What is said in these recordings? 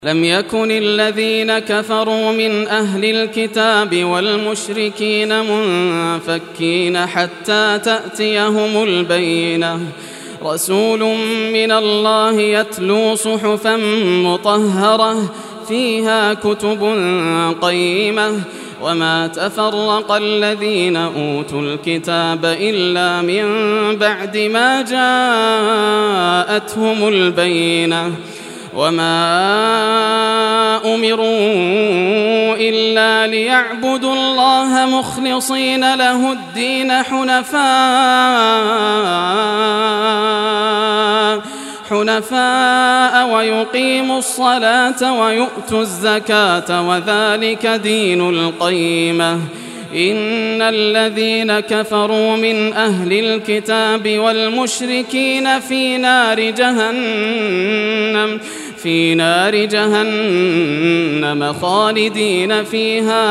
لم يكن الذين كفروا من أهل الكتاب والمشركين منفكين حتى تأتيهم البينة رسول من الله يتلو صحفا مطهرة فيها كتب قيمة وما تفرق الذين أوتوا الكتاب إلا من بعد ما جاءتهم البينة وما أمروا إلا ليعبدوا الله مخلصين له الدين حنفاء ويقيموا الصلاة ويؤتوا الزكاة وذلك دين القيمة إن الذين كفروا من أهل الكتاب والمشركين في نار جهنم خالدين فيها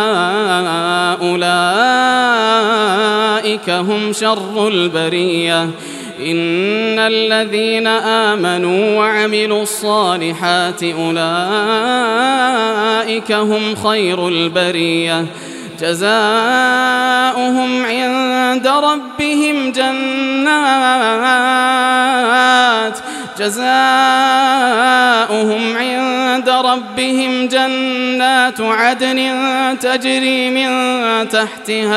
أولئك هم شر البرية إن الذين آمنوا وعملوا الصالحات أولئك هم خير البرية جزاؤهم عند ربهم جنات عدن تجري من تحتها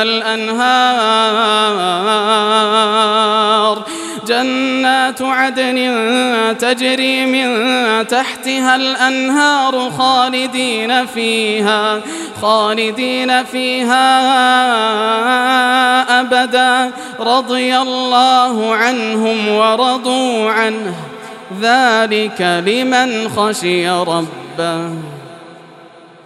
الأنهار خالدين فيها أبدا رضي الله عنهم ورضوا عنه ذلك لمن خشي ربه.